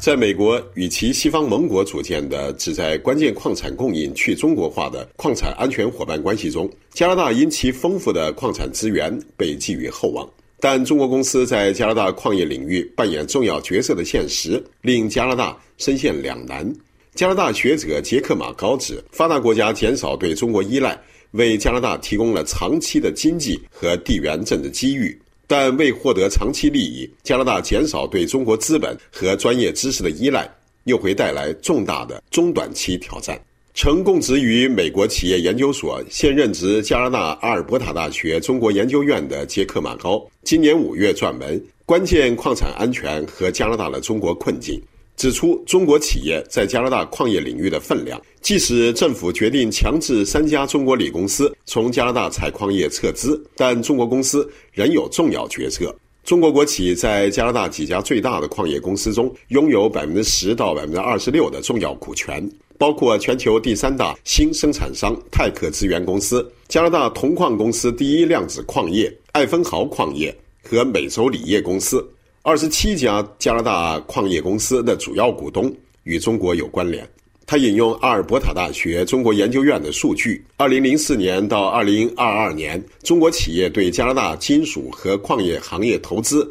在美国与其西方盟国组建的旨在关键矿产供应去中国化的矿产安全伙伴关系中，加拿大因其丰富的矿产资源被寄予厚望。但中国公司在加拿大矿业领域扮演重要角色的现实，令加拿大深陷两难。加拿大学者杰克马高指，发达国家减少对中国依赖，为加拿大提供了长期的经济和地缘政治机遇。但为获得长期利益，加拿大减少对中国资本和专业知识的依赖，又会带来重大的中短期挑战。曾供职于美国企业研究所、现任职加拿大阿尔伯塔大学中国研究院的杰克马高，今年5月撰文《关键矿产安全和加拿大的中国困境》，指出中国企业在加拿大矿业领域的分量。即使政府决定强制3家中国锂公司从加拿大采矿业撤资，但中国公司仍有重要角色。中国国企在加拿大几家最大的矿业公司中拥有10%到26%的重要股权，包括全球第3大新生产商泰克资源公司、加拿大铜矿公司第一量子矿业、艾芬豪矿业和美洲锂业公司。27家加拿大矿业公司的主要股东与中国有关联。他引用阿尔伯塔大学中国研究院的数据，2004年到2022年，中国企业对加拿大金属和矿业行业投资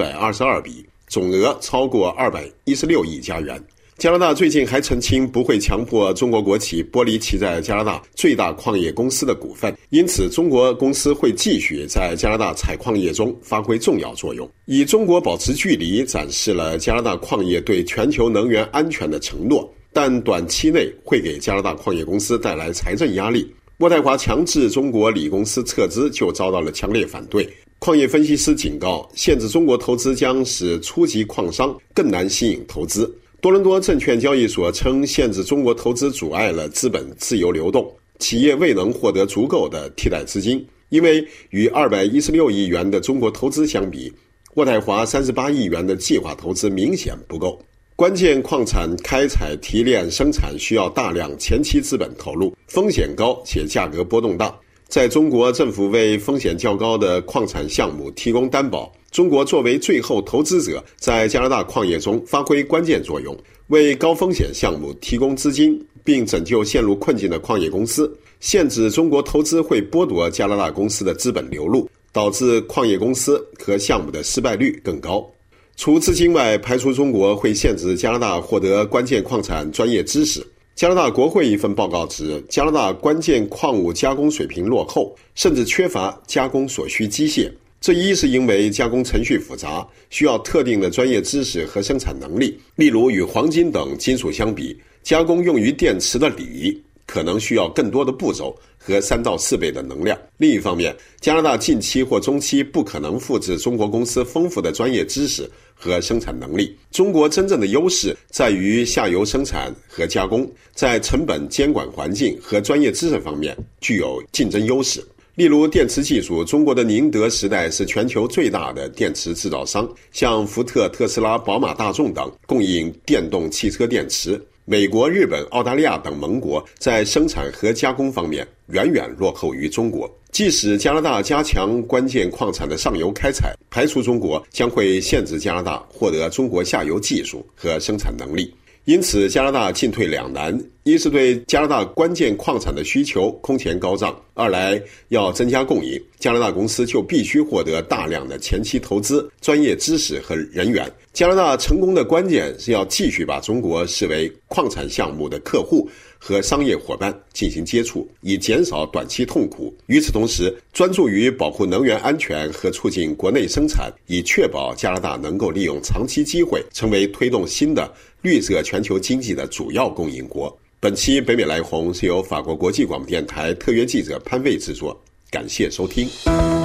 322笔，总额超过216亿加元。加拿大最近还澄清不会强迫中国国企剥离其在加拿大最大矿业公司的股份，因此中国公司会继续在加拿大采矿业中发挥重要作用。以中国保持距离展示了加拿大矿业对全球能源安全的承诺，但短期内会给加拿大矿业公司带来财政压力。渥太华强制中国锂公司撤资就遭到了强烈反对。矿业分析师警告，限制中国投资将使初级矿商更难吸引投资。多伦多证券交易所称，限制中国投资阻碍了资本自由流动，企业未能获得足够的替代资金，因为与216亿元的中国投资相比，渥太华38亿元的计划投资明显不够。关键矿产开采、提炼、生产需要大量前期资本投入，风险高且价格波动大。在中国，政府为风险较高的矿产项目提供担保，中国作为最后投资者，在加拿大矿业中发挥关键作用，为高风险项目提供资金，并拯救陷入困境的矿业公司。限制中国投资会剥夺加拿大公司的资本流入，导致矿业公司和项目的失败率更高。除资金外，排除中国会限制加拿大获得关键矿产专业知识。加拿大国会一份报告指，加拿大关键矿物加工水平落后，甚至缺乏加工所需机械。这一是因为加工程序复杂，需要特定的专业知识和生产能力。例如，与黄金等金属相比，加工用于电池的锂可能需要更多的步骤和3到4倍的能量。另一方面，加拿大近期或中期不可能复制中国公司丰富的专业知识和生产能力。中国真正的优势在于下游生产和加工，在成本、监管环境和专业知识方面具有竞争优势。例如电池技术，中国的宁德时代是全球最大的电池制造商，向福特、特斯拉、宝马、大众等供应电动汽车电池。美国、日本、澳大利亚等盟国在生产和加工方面远远落后于中国。即使加拿大加强关键矿产的上游开采，排除中国将会限制加拿大获得中国下游技术和生产能力。因此，加拿大进退两难：一是对加拿大关键矿产的需求空前高涨；二来要增加供应，加拿大公司就必须获得大量的前期投资、专业知识和人员。加拿大成功的关键是要继续把中国视为矿产项目的客户和商业伙伴进行接触，以减少短期痛苦。与此同时，专注于保护能源安全和促进国内生产，以确保加拿大能够利用长期机会，成为推动新的绿色全球经济的主要供应国。本期北美来红是由法国国际广播电台特约记者潘卫制作，感谢收听。